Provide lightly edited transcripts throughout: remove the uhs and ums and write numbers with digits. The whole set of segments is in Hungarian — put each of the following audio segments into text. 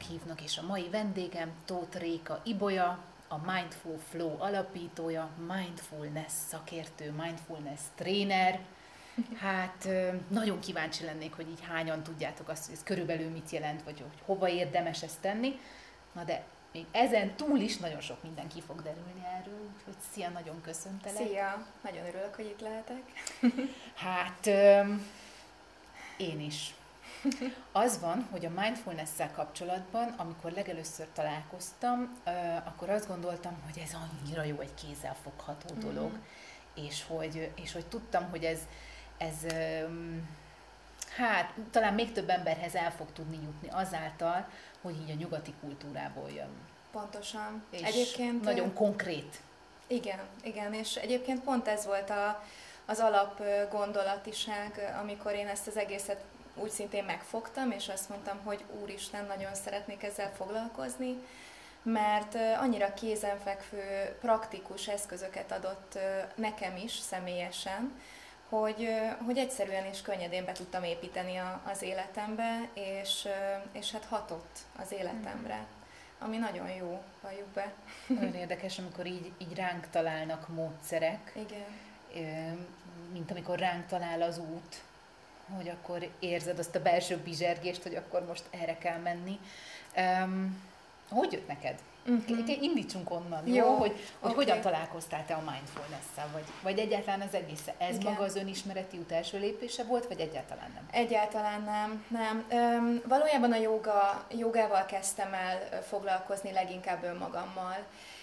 hívnak, és a mai vendégem Tóth Réka Ibolya, a Mindful Flow alapítója, mindfulness szakértő, mindfulness tréner. Hát nagyon kíváncsi lennék, hogy így hányan tudjátok azt, hogy ez körülbelül mit jelent, vagy hogy hova érdemes ezt tenni. Na de még ezen túl is nagyon sok minden ki fog derülni erről, úgyhogy szia, nagyon köszöntelek. Szia, nagyon örülök, hogy itt lehetek. Hát én is. Az van, hogy a mindfulness-szel kapcsolatban, amikor legelőször találkoztam, akkor azt gondoltam, hogy ez annyira jó, egy kézzelfogható dolog, és hogy tudtam, hogy ez hát talán még több emberhez el fog tudni jutni azáltal, hogy így a nyugati kultúrából jön. Pontosan. És egyébként nagyon konkrét. Igen, és egyébként pont ez volt az alap gondolatiság, amikor én ezt az egészet úgy szintén megfogtam, és azt mondtam, hogy úristen, nagyon szeretnék ezzel foglalkozni, mert annyira kézenfekvő, praktikus eszközöket adott nekem is személyesen, hogy egyszerűen és könnyedén be tudtam építeni az életembe, és hát hatott az életemre, ami nagyon jó, valljuk be. Nagyon érdekes, amikor így ránk találnak módszerek, igen, mint amikor ránk talál az út, hogy akkor érzed azt a belső bizsergést, hogy akkor most erre kell menni. Hogy jött neked? Indítsunk onnan, jó? Hogy hogyan találkoztál te a mindfulness-szel, vagy egyáltalán az egész? Ez igen. maga az önismereti út első lépése volt, vagy egyáltalán nem? Egyáltalán nem. Valójában a jogával kezdtem el foglalkozni leginkább önmagammal,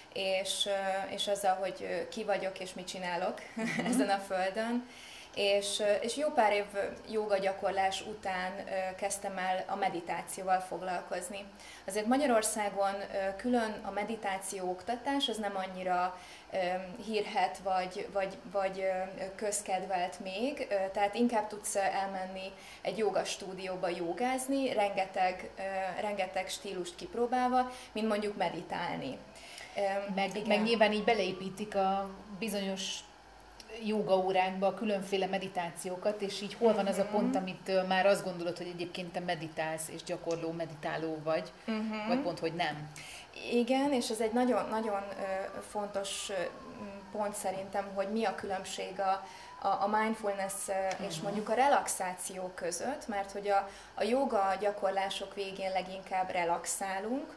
és azzal, hogy ki vagyok és mit csinálok ezen a földön. És jó pár év jóga gyakorlás után kezdtem el a meditációval foglalkozni. Azért Magyarországon külön a meditáció oktatás az nem annyira hírhedt vagy közkedvelt még, tehát inkább tudsz elmenni egy jóga stúdióba jogázni, rengeteg stílust kipróbálva, mint mondjuk meditálni. Meg nyilván így beleépítik a bizonyos jógaórákba a különféle meditációkat, és így hol van az a pont, amit már azt gondolod, hogy egyébként te meditálsz és gyakorló meditáló vagy pont, hogy nem. Igen, és ez egy nagyon fontos pont szerintem, hogy mi a különbség a mindfulness és mondjuk a relaxáció között, mert hogy a joga gyakorlások végén leginkább relaxálunk,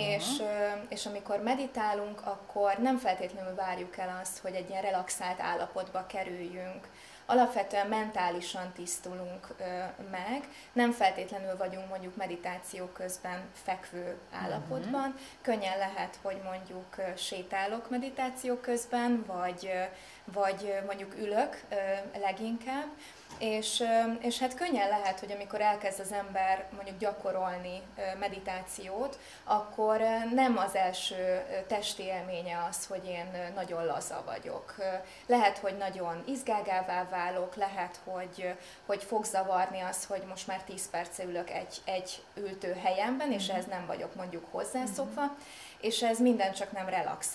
és amikor meditálunk, akkor nem feltétlenül várjuk el azt, hogy egy ilyen relaxált állapotba kerüljünk. Alapvetően mentálisan tisztulunk meg, nem feltétlenül vagyunk mondjuk meditáció közben fekvő állapotban. Könnyen lehet, hogy mondjuk sétálok meditáció közben, vagy mondjuk ülök leginkább, és hát könnyen lehet, hogy amikor elkezd az ember mondjuk gyakorolni meditációt, akkor nem az első testi élménye az, hogy én nagyon laza vagyok. Lehet, hogy nagyon izgágává válok, lehet, hogy fog zavarni az, hogy most már 10 perce ülök egy ültőhelyemben, és ehhez nem vagyok mondjuk hozzászokva, és ez minden csak nem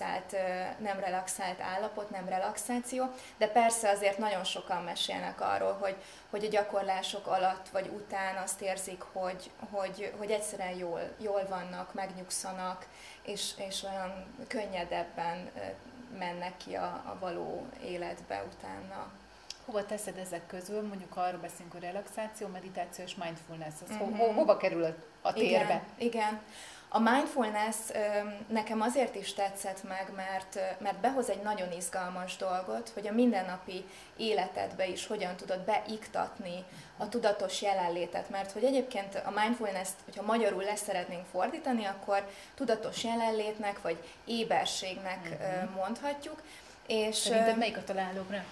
relaxált állapot, nem relaxáció, de persze azért nagyon sokan mesélnek arról, hogy a gyakorlások alatt vagy után azt érzik, hogy egyszerűen jól vannak, megnyugszanak, és olyan könnyedebben mennek ki a való életbe utána. Hova teszed ezek közül? Mondjuk arról beszélünk, hogy relaxáció, meditáció és mindfulness. Az hova kerül a térbe? Igen. A mindfulness nekem azért is tetszett meg, mert behoz egy nagyon izgalmas dolgot, hogy a mindennapi életedbe is hogyan tudod beiktatni a tudatos jelenlétet, mert hogy egyébként a mindfulness-t, hogyha magyarul leszeretnénk fordítani, akkor tudatos jelenlétnek vagy éberségnek mondhatjuk. Szerinted melyik a találóbb rá?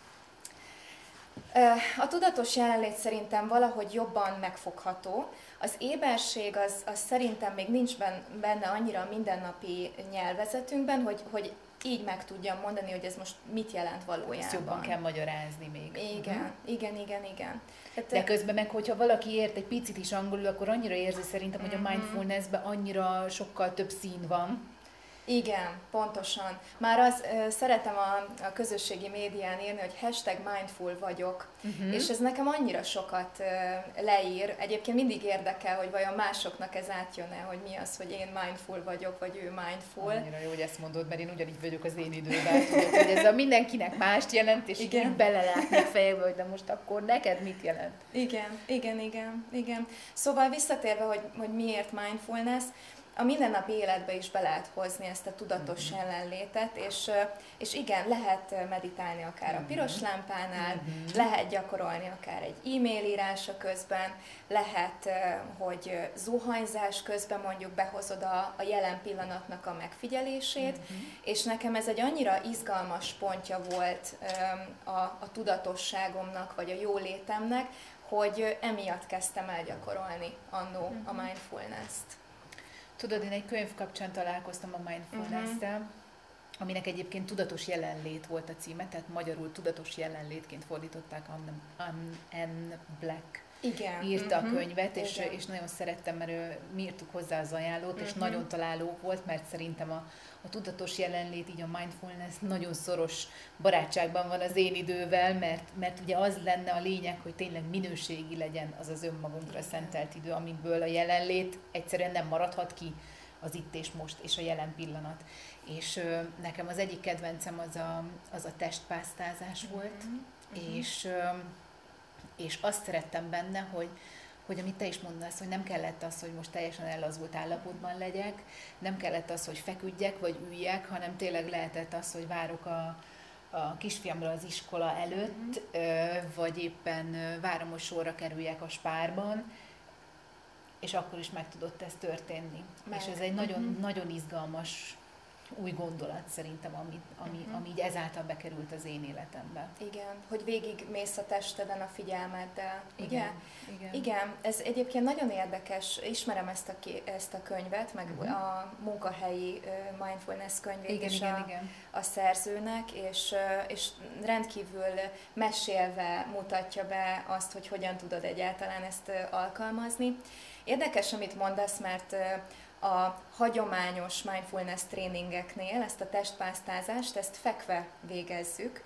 A tudatos jelenlét szerintem valahogy jobban megfogható. Az éberség az szerintem még nincs benne annyira a mindennapi nyelvezetünkben, hogy így meg tudjam mondani, hogy ez most mit jelent valójában. Ezt jobban kell magyarázni még. Igen. De közben meg, hogyha valaki ért egy picit is angolul, akkor annyira érzi szerintem, hogy a mindfulnessben annyira sokkal több szín van, Igen, pontosan. Már az szeretem a közösségi médián írni, hogy #mindful vagyok, és ez nekem annyira sokat leír. Egyébként mindig érdekel, hogy vajon másoknak ez átjön-e, hogy mi az, hogy én mindful vagyok, vagy ő mindful. Annyira jó, hogy ezt mondod, mert én ugyanígy vagyok az én időben, tudod, hogy ez a mindenkinek mást jelent, és így belelátnék fejekbe, hogy de most akkor neked mit jelent? Igen. Szóval visszatérve, hogy miért mindfulness, a mindennapi életbe is be lehet hozni ezt a tudatos jelenlétet, és igen, lehet meditálni akár a piros lámpánál, lehet gyakorolni akár egy e-mail írása közben, lehet, hogy zuhanyzás közben mondjuk behozod a jelen pillanatnak a megfigyelését, és nekem ez egy annyira izgalmas pontja volt a tudatosságomnak, vagy a jólétemnek, hogy emiatt kezdtem el gyakorolni annó a mindfulness-t. Tudod, én egy könyv kapcsán találkoztam a mindfulness-tel, aminek egyébként tudatos jelenlét volt a címe, tehát magyarul tudatos jelenlétként fordították, Anne Black írta a könyvet, és nagyon szerettem, mert mi írtuk hozzá az ajánlót, és nagyon találó volt, mert szerintem a tudatos jelenlét, így a mindfulness nagyon szoros barátságban van az én idővel, mert ugye az lenne a lényeg, hogy tényleg minőségi legyen az önmagunkra szentelt idő, amiből a jelenlét egyszerűen nem maradhat ki az itt és most, és a jelen pillanat. És nekem az egyik kedvencem az a testpásztázás volt, és azt szerettem benne, hogy amit te is mondasz, hogy nem kellett az, hogy most teljesen ellazult állapotban legyek, nem kellett az, hogy feküdjek vagy üljek, hanem tényleg lehetett az, hogy várok a kisfiamra az iskola előtt, vagy éppen várom, hogy sorra kerüljek a Spárban, és akkor is meg tudott ez történni. És ez egy nagyon, nagyon izgalmas új gondolat szerintem, ami így ezáltal bekerült az én életembe. Igen, hogy végigmész a testeden a figyelmeddel, ugye? Igen, ez egyébként nagyon érdekes, ismerem ezt a könyvet, meg a munkahelyi mindfulness könyvét is a szerzőnek, és rendkívül mesélve mutatja be azt, hogy hogyan tudod egyáltalán ezt alkalmazni. Érdekes, amit mondasz, mert a hagyományos mindfulness tréningeknél ezt a testpásztázást, ezt fekve végezzük.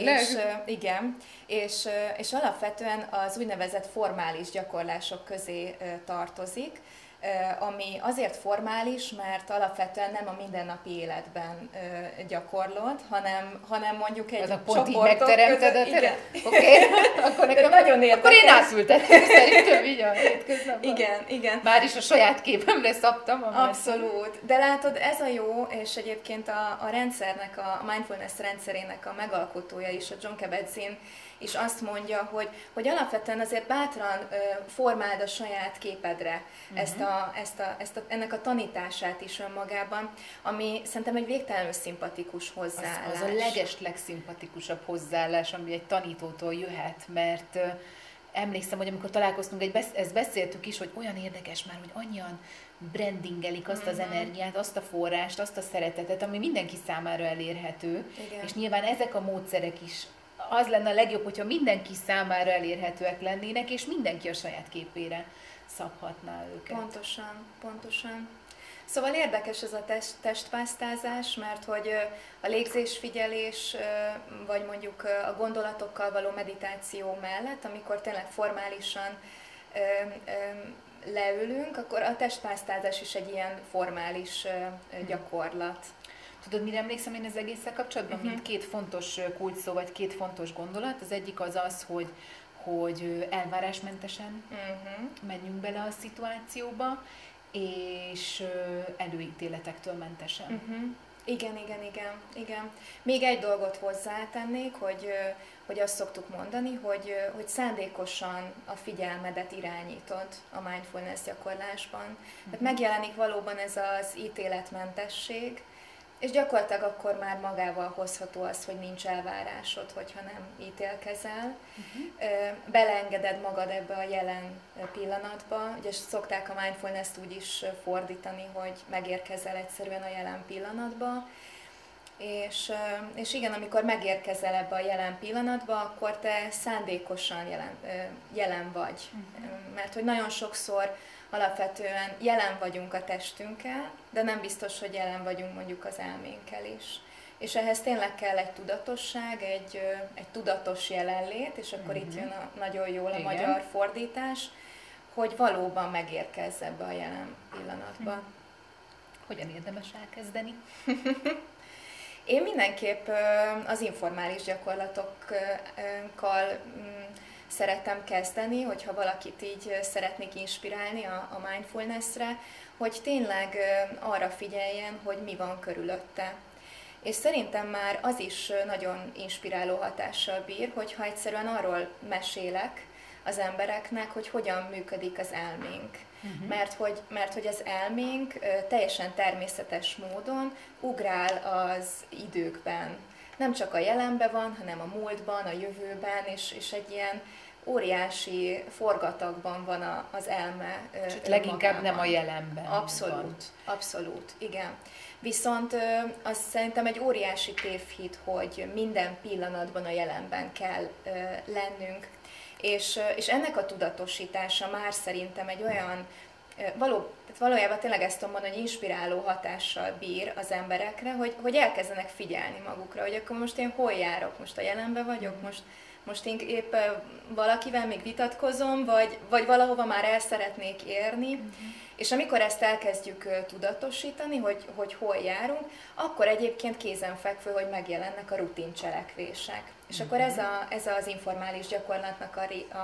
És alapvetően az úgynevezett formális gyakorlások közé tartozik, ami azért formális, mert alapvetően nem a mindennapi életben gyakorlod, hanem mondjuk egy csoportok között. Igen. Oké, akkor nekem nagyon érdekes. Akkor én átültettem szerintem így a hétköznapban. Igen. Már is a saját képemre szabtam. Abszolút. De látod, ez a jó, és egyébként a rendszernek, a mindfulness rendszerének a megalkotója is, a Jon Kabat-Zinn is azt mondja, hogy alapvetően azért bátran formáld a saját képedre ennek a tanítását is önmagában, ami szerintem egy végtelenül szimpatikus hozzáállás. Az a legeslegszimpatikusabb hozzáállás, ami egy tanítótól jöhet, mert emlékszem, hogy amikor találkoztunk, ezt beszéltük is, hogy olyan érdekes már, hogy annyian brandingelik azt az energiát, azt a forrást, azt a szeretetet, ami mindenki számára elérhető, és nyilván ezek a módszerek is az lenne a legjobb, hogyha mindenki számára elérhetőek lennének, és mindenki a saját képére szabhatná őket. Pontosan. Szóval érdekes ez a testpásztázás, mert hogy a légzésfigyelés, vagy mondjuk a gondolatokkal való meditáció mellett, amikor tényleg formálisan leülünk, akkor a testpásztázás is egy ilyen formális gyakorlat. Tudod, mire emlékszem én az egésszel kapcsolatban? Mint két fontos kulcsszó, vagy két fontos gondolat. Az egyik az, hogy elvárásmentesen menjünk bele a szituációba, és előítéletektől mentesen. Igen. Még egy dolgot hozzátennék, hogy azt szoktuk mondani, hogy szándékosan a figyelmedet irányítod a mindfulness gyakorlásban. Tehát megjelenik valóban ez az ítéletmentesség, és gyakorlatilag akkor már magával hozható az, hogy nincs elvárásod, hogyha nem ítélkezel. Beleengeded magad ebbe a jelen pillanatba. Ugye szokták a mindfulness-t úgy is fordítani, hogy megérkezel egyszerűen a jelen pillanatba. És igen, amikor megérkezel ebbe a jelen pillanatba, akkor te szándékosan jelen vagy. Mert hogy nagyon sokszor alapvetően jelen vagyunk a testünkkel, de nem biztos, hogy jelen vagyunk mondjuk az elménkkel is. És ehhez tényleg kell egy tudatosság, egy tudatos jelenlét, és akkor itt jön nagyon jól a magyar fordítás, hogy valóban megérkezz ebbe a jelen pillanatba. Hogyan érdemes elkezdeni? Én mindenképp az informális gyakorlatokkal szeretem kezdeni, hogyha valakit így szeretnék inspirálni a mindfulnessre, hogy tényleg arra figyeljen, hogy mi van körülötte. És szerintem már az is nagyon inspiráló hatással bír, hogyha egyszerűen arról mesélek az embereknek, hogy hogyan működik az elménk. Mert hogy az elménk teljesen természetes módon ugrál az időkben. Nem csak a jelenben van, hanem a múltban, a jövőben, és egy ilyen óriási forgatagban van az elme. Leginkább nem a jelenben. Abszolút, igen. Viszont az szerintem egy óriási tévhit, hogy minden pillanatban a jelenben kell lennünk. És ennek a tudatosítása már szerintem egy olyan, valójában tényleg ezt tudom mondani, hogy inspiráló hatással bír az emberekre, hogy elkezdenek figyelni magukra, hogy akkor most én hol járok, most a jelenben vagyok, most én épp valakivel még vitatkozom, vagy valahova már el szeretnék érni, és amikor ezt elkezdjük tudatosítani, hogy hol járunk, akkor egyébként kézenfekvő, hogy megjelennek a rutin cselekvések. És akkor ez az informális gyakorlatnak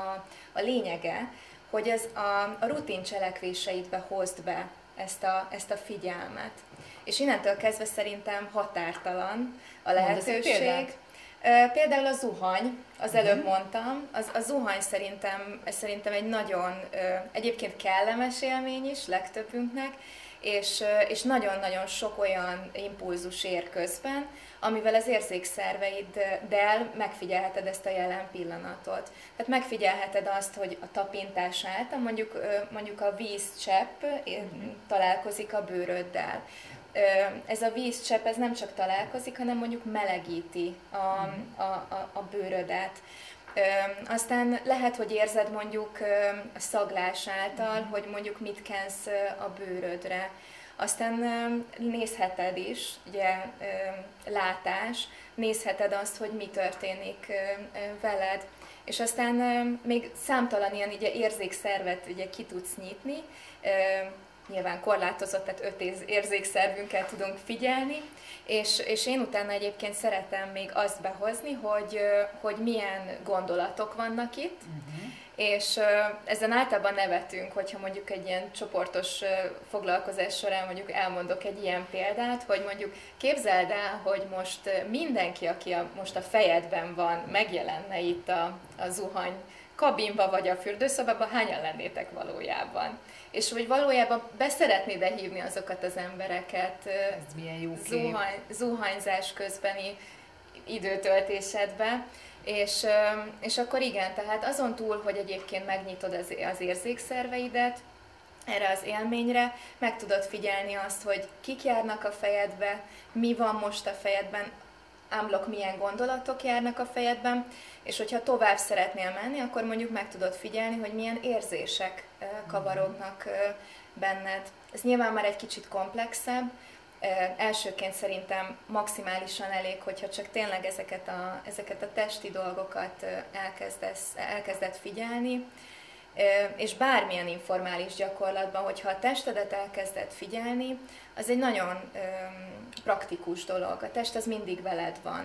a lényege, hogy a rutin cselekvéseidbe hozd be ezt a figyelmet. És innentől kezdve szerintem határtalan a lehetőség. Például a zuhany, az előbb mondtam, a zuhany szerintem egy nagyon egyébként kellemes élmény is legtöbbünknek, és nagyon-nagyon sok olyan impulzus ér közben, amivel az érzékszerveiddel megfigyelheted ezt a jelen pillanatot. Tehát megfigyelheted azt, hogy a tapintás által mondjuk a vízcsepp találkozik a bőröddel. Ez a vízcsepp ez nem csak találkozik, hanem mondjuk melegíti a bőrödet. Aztán lehet, hogy érzed mondjuk a szaglás által, hogy mondjuk mit kensz a bőrödre. Aztán nézheted is, ugye látás, nézheted azt, hogy mi történik veled. És aztán még számtalan ilyen ugye, érzékszervet ugye, ki tudsz nyitni, nyilván korlátozott, tehát 5 érzékszervünkkel tudunk figyelni, és én utána egyébként szeretem még azt behozni, hogy milyen gondolatok vannak itt, és ezen általában nevetünk, hogyha mondjuk egy ilyen csoportos foglalkozás során mondjuk elmondok egy ilyen példát, hogy mondjuk képzeld el, hogy most mindenki, aki most a fejedben van, megjelenne itt a zuhany kabinba vagy a fürdőszobában, hányan lennétek valójában? És hogy valójában beszeretnéd-e hívni azokat az embereket ez milyen jó kép. Zuhanyzás közbeni időtöltésedbe, és akkor igen, tehát azon túl, hogy egyébként megnyitod az érzékszerveidet erre az élményre, meg tudod figyelni azt, hogy kik járnak a fejedbe, mi van most a fejedben, unblock milyen gondolatok járnak a fejedben, és hogyha tovább szeretnél menni, akkor mondjuk meg tudod figyelni, hogy milyen érzések kavarognak benned. Ez nyilván már egy kicsit komplexebb. Elsőként szerintem maximálisan elég, hogyha csak tényleg ezeket a testi dolgokat elkezded figyelni, és bármilyen informális gyakorlatban, hogyha a testedet elkezded figyelni, az egy nagyon praktikus dolog. A test az mindig veled van,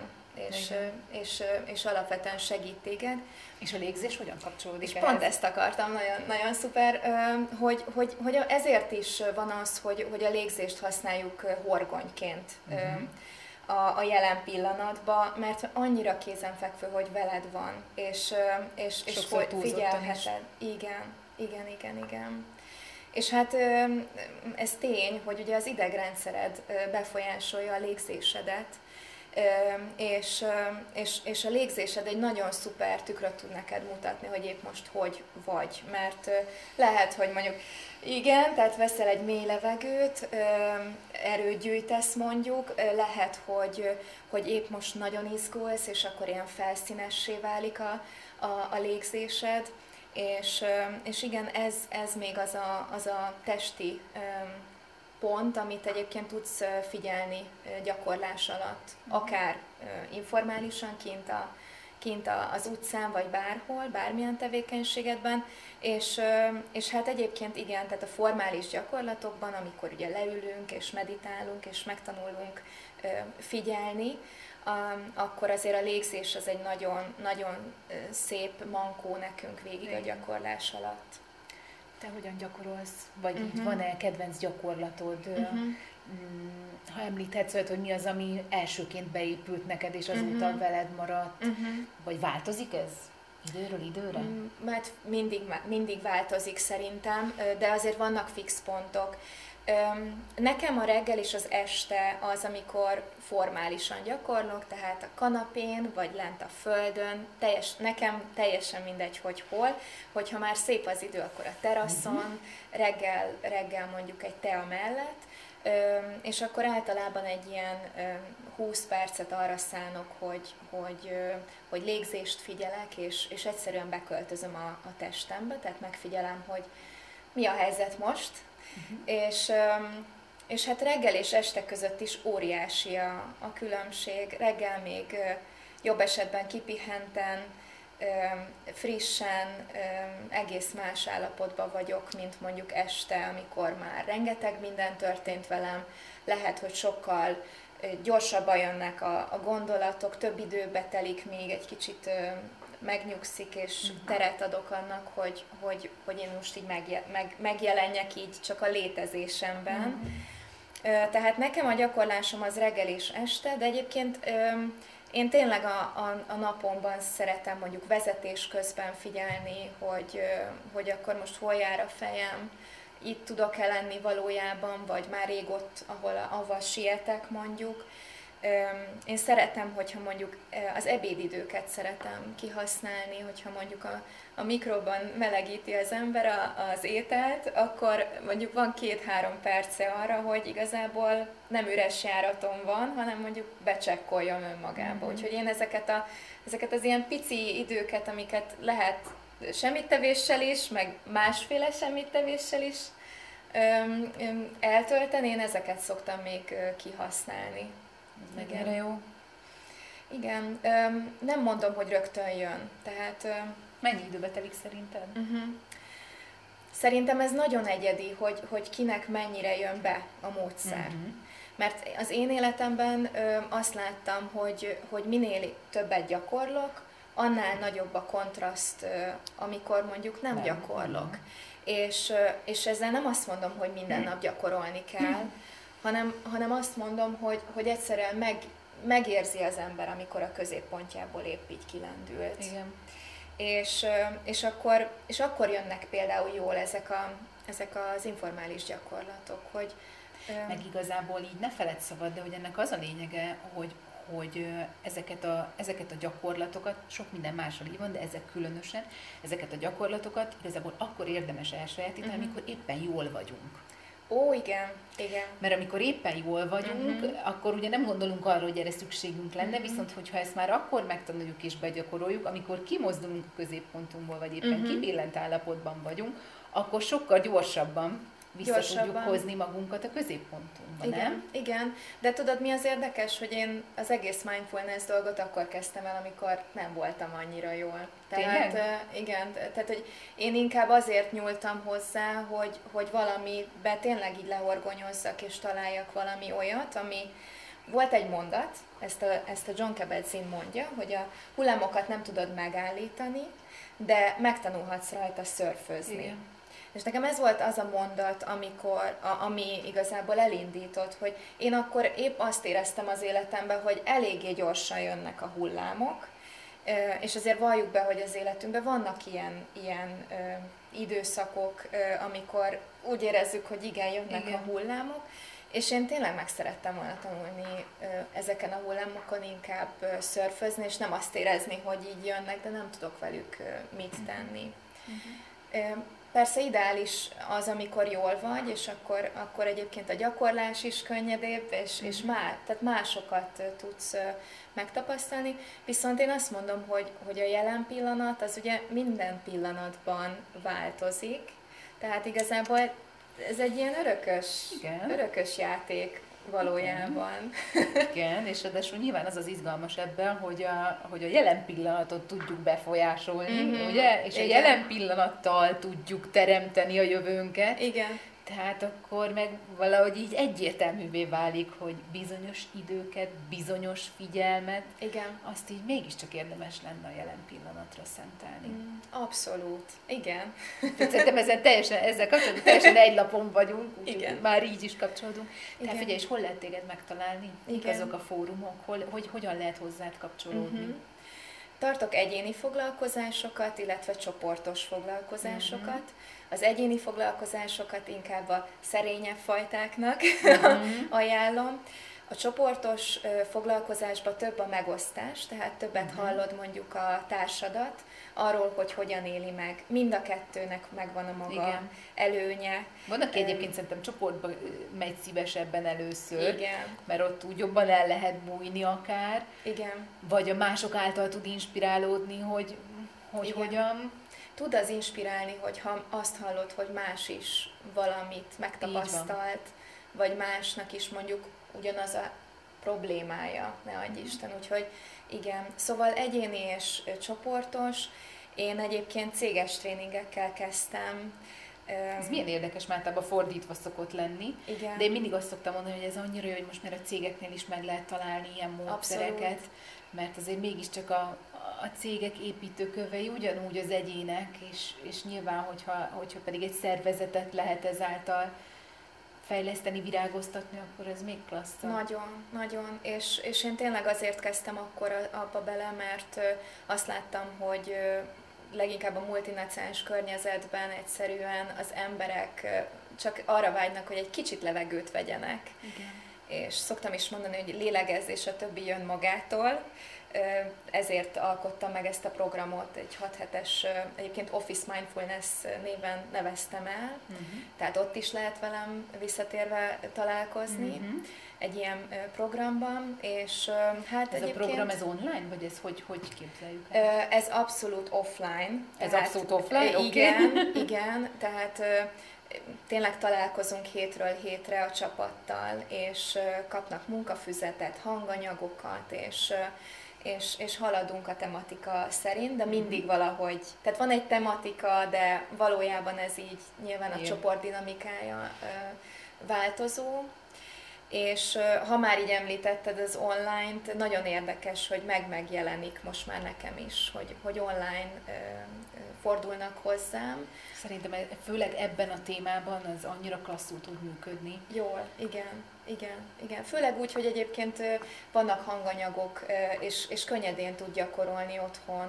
és alapvetően segít téged. És a légzés hogyan kapcsolódik és ehhez? Pont ezt akartam, nagyon, nagyon szuper, hogy ezért is van az, hogy a légzést használjuk horgonyként a jelen pillanatban, mert annyira kézenfekvő, hogy veled van, és figyelheted. Igen. És hát ez tény, hogy ugye az idegrendszered befolyásolja a légzésedet, és a légzésed egy nagyon szuper tükröt tud neked mutatni, hogy épp most hogy vagy. Mert lehet, hogy mondjuk igen, tehát veszel egy mély levegőt, erőt gyűjtesz mondjuk, lehet, hogy épp most nagyon izgulsz, és akkor ilyen felszínessé válik a légzésed, És igen, ez még az a testi pont, amit egyébként tudsz figyelni gyakorlás alatt, akár informálisan kint az utcán, vagy bárhol, bármilyen tevékenységedben, és hát egyébként igen, tehát a formális gyakorlatokban, amikor ugye leülünk, és meditálunk, és megtanulunk figyelni, akkor azért a légzés az egy nagyon, nagyon szép mankó nekünk végig a gyakorlás alatt. Te hogyan gyakorolsz? Vagy így van-e kedvenc gyakorlatod? Ha említhetsz, hogy mi az, ami elsőként beépült neked, és azóta veled maradt? Vagy változik ez időről időre? Mert mindig változik szerintem, de azért vannak fix pontok. Nekem a reggel és az este az, amikor formálisan gyakorlok, tehát a kanapén, vagy lent a földön, nekem teljesen mindegy, hogy hol, hogyha már szép az idő, akkor a teraszon, reggel mondjuk egy tea mellett, és akkor általában egy ilyen 20 percet arra szánok, hogy légzést figyelek, és egyszerűen beköltözöm a testembe, tehát megfigyelem, hogy mi a helyzet most, és hát reggel és este között is óriási a különbség. Reggel még jobb esetben kipihenten, frissen, egész más állapotban vagyok, mint mondjuk este, amikor már rengeteg minden történt velem. Lehet, hogy sokkal gyorsabban jönnek a gondolatok, több időbe telik, még egy kicsit megnyugszik, és teret adok annak, hogy én most így megjelenjek így csak a létezésemben. Tehát nekem a gyakorlásom az reggel és este, de egyébként én tényleg a napomban szeretem mondjuk vezetés közben figyelni, hogy akkor most hol jár a fejem, itt tudok-e lenni valójában, vagy már rég ott, ahol sietek mondjuk. Én szeretem, hogyha mondjuk az ebédidőket szeretem kihasználni, hogyha mondjuk a mikroban melegíti az ember az ételt, akkor mondjuk van 2-3 perce arra, hogy igazából nem üres járaton van, hanem mondjuk becsekkoljon önmagába. Úgyhogy én ezeket az ilyen pici időket, amiket lehet semmittevéssel is, meg másféle semmittevéssel is eltölteni, én ezeket szoktam még kihasználni. Meg erre jó? Igen, nem mondom, hogy rögtön jön. Tehát, mennyi időbe telik szerinted? Szerintem ez nagyon egyedi, hogy kinek mennyire jön be a módszer. Mert az én életemben azt láttam, hogy minél többet gyakorlok, annál nagyobb a kontraszt, amikor mondjuk nem gyakorlok. És ezzel nem azt mondom, hogy minden nap gyakorolni kell, hanem azt mondom, hogy egyszerűen megérzi az ember, amikor a középpontjából épp így kilendült. Igen. És akkor jönnek például jól ezek az informális gyakorlatok, hogy... Meg igazából így ne feledd szabad, de hogy ennek az a lényege, hogy ezeket a gyakorlatokat, sok minden mással így van, de ezek különösen, ezeket a gyakorlatokat igazából akkor érdemes elsajátítani, amikor éppen jól vagyunk. Ó, igen. Mert amikor éppen jól vagyunk, akkor ugye nem gondolunk arra, hogy erre szükségünk lenne, viszont hogyha ezt már akkor megtanuljuk és begyakoroljuk, amikor kimozdulunk a középpontunkból, vagy éppen kibillent állapotban vagyunk, akkor sokkal gyorsabban tudjuk hozni magunkat a középpontunkba, nem? Igen, de tudod, mi az érdekes, hogy én az egész mindfulness dolgot akkor kezdtem el, amikor nem voltam annyira jól. Tehát, igen, tehát hogy én inkább azért nyúltam hozzá, hogy valamibe tényleg így lehorgonyozzak és találjak valami olyat, ami... Volt egy mondat, ezt a Jon Kabat-Zinn mondja, hogy a hullámokat nem tudod megállítani, de megtanulhatsz rajta szörfözni. Igen. És nekem ez volt az a mondat, ami igazából elindított, hogy én akkor épp azt éreztem az életemben, hogy eléggé gyorsan jönnek a hullámok, és azért valljuk be, hogy az életünkben vannak ilyen időszakok, amikor úgy érezzük, hogy igen, jönnek a hullámok, és én tényleg meg szerettem volna tanulni ezeken a hullámokon inkább szörfözni, és nem azt érezni, hogy így jönnek, de nem tudok velük mit tenni. Persze ideális az, amikor jól vagy, és akkor egyébként a gyakorlás is könnyedébb, és tehát másokat tudsz megtapasztalni. Viszont én azt mondom, hogy a jelen pillanat az ugye minden pillanatban változik, tehát igazából ez egy ilyen örökös játék valójában. Igen, és ráadásul nyilván az az izgalmas ebben, hogy a jelen pillanatot tudjuk befolyásolni, ugye? És a jelen pillanattal tudjuk teremteni a jövőnket. Igen. Tehát akkor meg valahogy így egyértelművé válik, hogy bizonyos időket, bizonyos figyelmet, igen, azt így mégiscsak érdemes lenne a jelen pillanatra szentelni. Abszolút, igen. Szerintem ezzel kapcsolatban teljesen egy lapon vagyunk, úgyhogy már így is kapcsolódunk. Tehát figyelj, és hol lehet téged megtalálni? Igen. Azok a fórumok, hogyan lehet hozzád kapcsolódni? Tartok egyéni foglalkozásokat, illetve csoportos foglalkozásokat. Az egyéni foglalkozásokat inkább a szerényebb fajtáknak ajánlom. A csoportos foglalkozásban több a megosztás, tehát többet hallod mondjuk a társadat arról, hogy hogyan éli meg. Mind a kettőnek megvan a maga előnye. Van, aki egyébként szerintem csoportba megy szívesebben először, igen. mert ott úgy jobban el lehet bújni akár, igen. vagy a mások által tud inspirálódni, hogy hogyan. Tud az inspirálni, hogyha azt hallod, hogy más is valamit megtapasztalt, vagy másnak is mondjuk ugyanaz a problémája, ne adj Isten. Úgyhogy igen, szóval egyéni és csoportos. Én egyébként céges tréningekkel kezdtem. Ez milyen érdekes, mert általában fordítva szokott lenni. Igen. De én mindig azt szoktam mondani, hogy ez annyira jó, hogy most már a cégeknél is meg lehet találni ilyen módszereket, abszolút. Mert azért mégiscsak a cégek építőkövei ugyanúgy az egyének, és nyilván, hogyha pedig egy szervezetet lehet ezáltal fejleszteni, virágoztatni, akkor ez még klasszabb. Nagyon, nagyon. És én tényleg azért kezdtem akkor abba bele, mert azt láttam, hogy leginkább a multinacionális környezetben egyszerűen az emberek csak arra vágynak, hogy egy kicsit levegőt vegyenek. Igen. És szoktam is mondani, hogy lélegezz, és a többi jön magától. Ezért alkottam meg ezt a programot, egy 6 hetes, egyébként Office Mindfulness néven neveztem el, tehát ott is lehet velem visszatérve találkozni egy ilyen programban, és hát ez egyébként... a program, ez online, vagy ez hogy képzeljük el? Ez abszolút offline. Ez abszolút offline? Igen, igen, tehát tényleg találkozunk hétről hétre a csapattal, és kapnak munkafüzetet, hanganyagokat, és haladunk a tematika szerint, de mindig valahogy, tehát van egy tematika, de valójában ez így nyilván a csoport dinamikája változó. És ha már így említetted az online-t, nagyon érdekes, hogy megjelenik most már nekem is, hogy online fordulnak hozzám. Szerintem főleg ebben a témában az annyira klasszul tud működni. Jól, igen. Főleg úgy, hogy egyébként vannak hanganyagok, és könnyedén tud gyakorolni otthon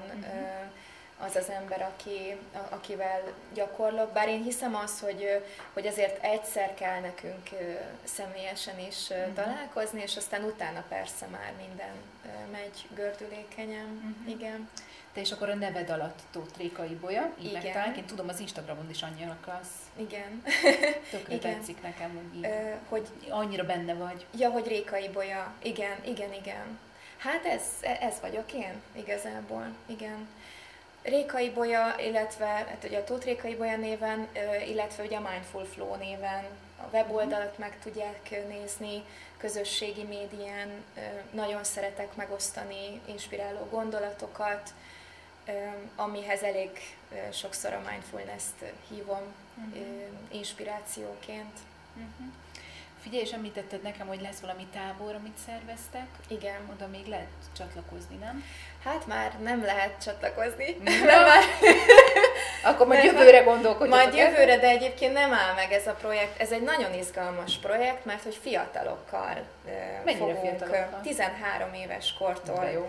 az az ember, akivel gyakorlok. Bár én hiszem azt, hogy azért egyszer kell nekünk személyesen is találkozni, és aztán utána persze már minden megy gördülékenyen. Igen. Te és akkor a neved alatt Tóth Réka Ibolya, így megtalálják. Én tudom, az Instagramon is annyira klassz. Igen. Tökre tetszik nekem, hogy így, hogy annyira benne vagy. Ja, hogy Réka Ibolya. Igen. Hát ez vagyok én igazából. Igen. Réka Ibolya, illetve hát ugye a Tóth Réka Ibolya néven, illetve ugye a Mindful Flow néven a weboldalat meg tudják nézni, közösségi médián. Nagyon szeretek megosztani inspiráló gondolatokat, amihez elég sokszor a mindfulness-t hívom inspirációként. Figyelj, és említetted nekem, hogy lesz valami tábor, amit szerveztek. Igen. Oda még lehet csatlakozni, nem? Hát már nem lehet csatlakozni. Akkor majd jövőre gondolkodjatok. Majd jövőre, de egyébként nem áll meg ez a projekt. Ez egy nagyon izgalmas projekt, mert hogy fiatalokkal fogunk, fiatalokkal? 13 éves kortól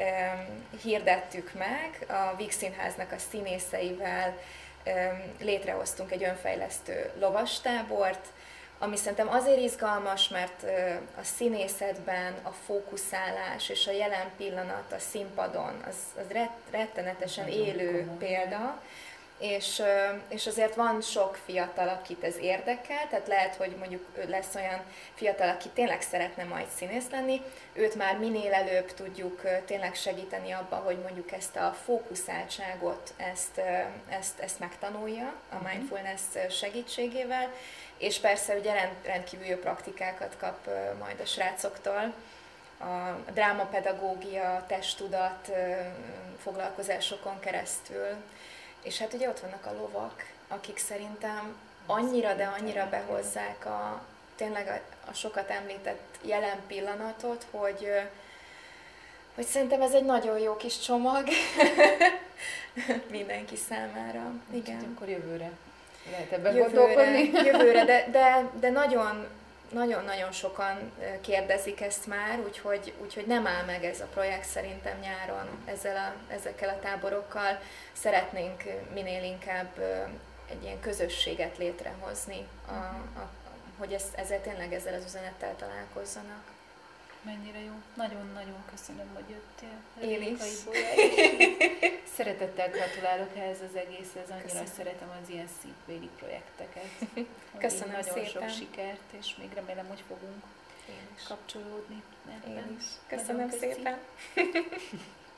hirdettük meg. A Víg Színháznak a színészeivel létrehoztunk egy önfejlesztő lovastábort, ami szerintem azért izgalmas, mert a színészetben a fókuszálás és a jelen pillanat a színpadon az rettenetesen élő példa, és azért van sok fiatal, akit ez érdekel, tehát lehet, hogy mondjuk lesz olyan fiatal, aki tényleg szeretne majd színész lenni, őt már minél előbb tudjuk tényleg segíteni abba, hogy mondjuk ezt a fókuszáltságot, ezt megtanulja a mindfulness segítségével, és persze ugye rendkívül jó praktikákat kap majd a srácoktól, a drámapedagógia, testtudat foglalkozásokon keresztül. És hát ugye ott vannak a lovak, akik szerintem annyira, de annyira behozzák tényleg a sokat említett jelen pillanatot, hogy szerintem ez egy nagyon jó kis csomag mindenki számára. Igen. Akkor jövőre lehet ebben gondolkodni. Jövőre, de nagyon sokan kérdezik ezt már, úgyhogy nem áll meg ez a projekt szerintem nyáron ezekkel a táborokkal. Szeretnénk minél inkább egy ilyen közösséget létrehozni, hogy ezzel az üzenettel találkozzanak. Mennyire jó. Nagyon-nagyon köszönöm, hogy jöttél. Én is. Szeretettel gratulálok ehhez az egészhez, annyira szeretem az ilyen szívbéli projekteket. Köszönöm nagyon szépen. Sok sikert, és még remélem, hogy fogunk kapcsolódni. Én is. Köszönöm szépen.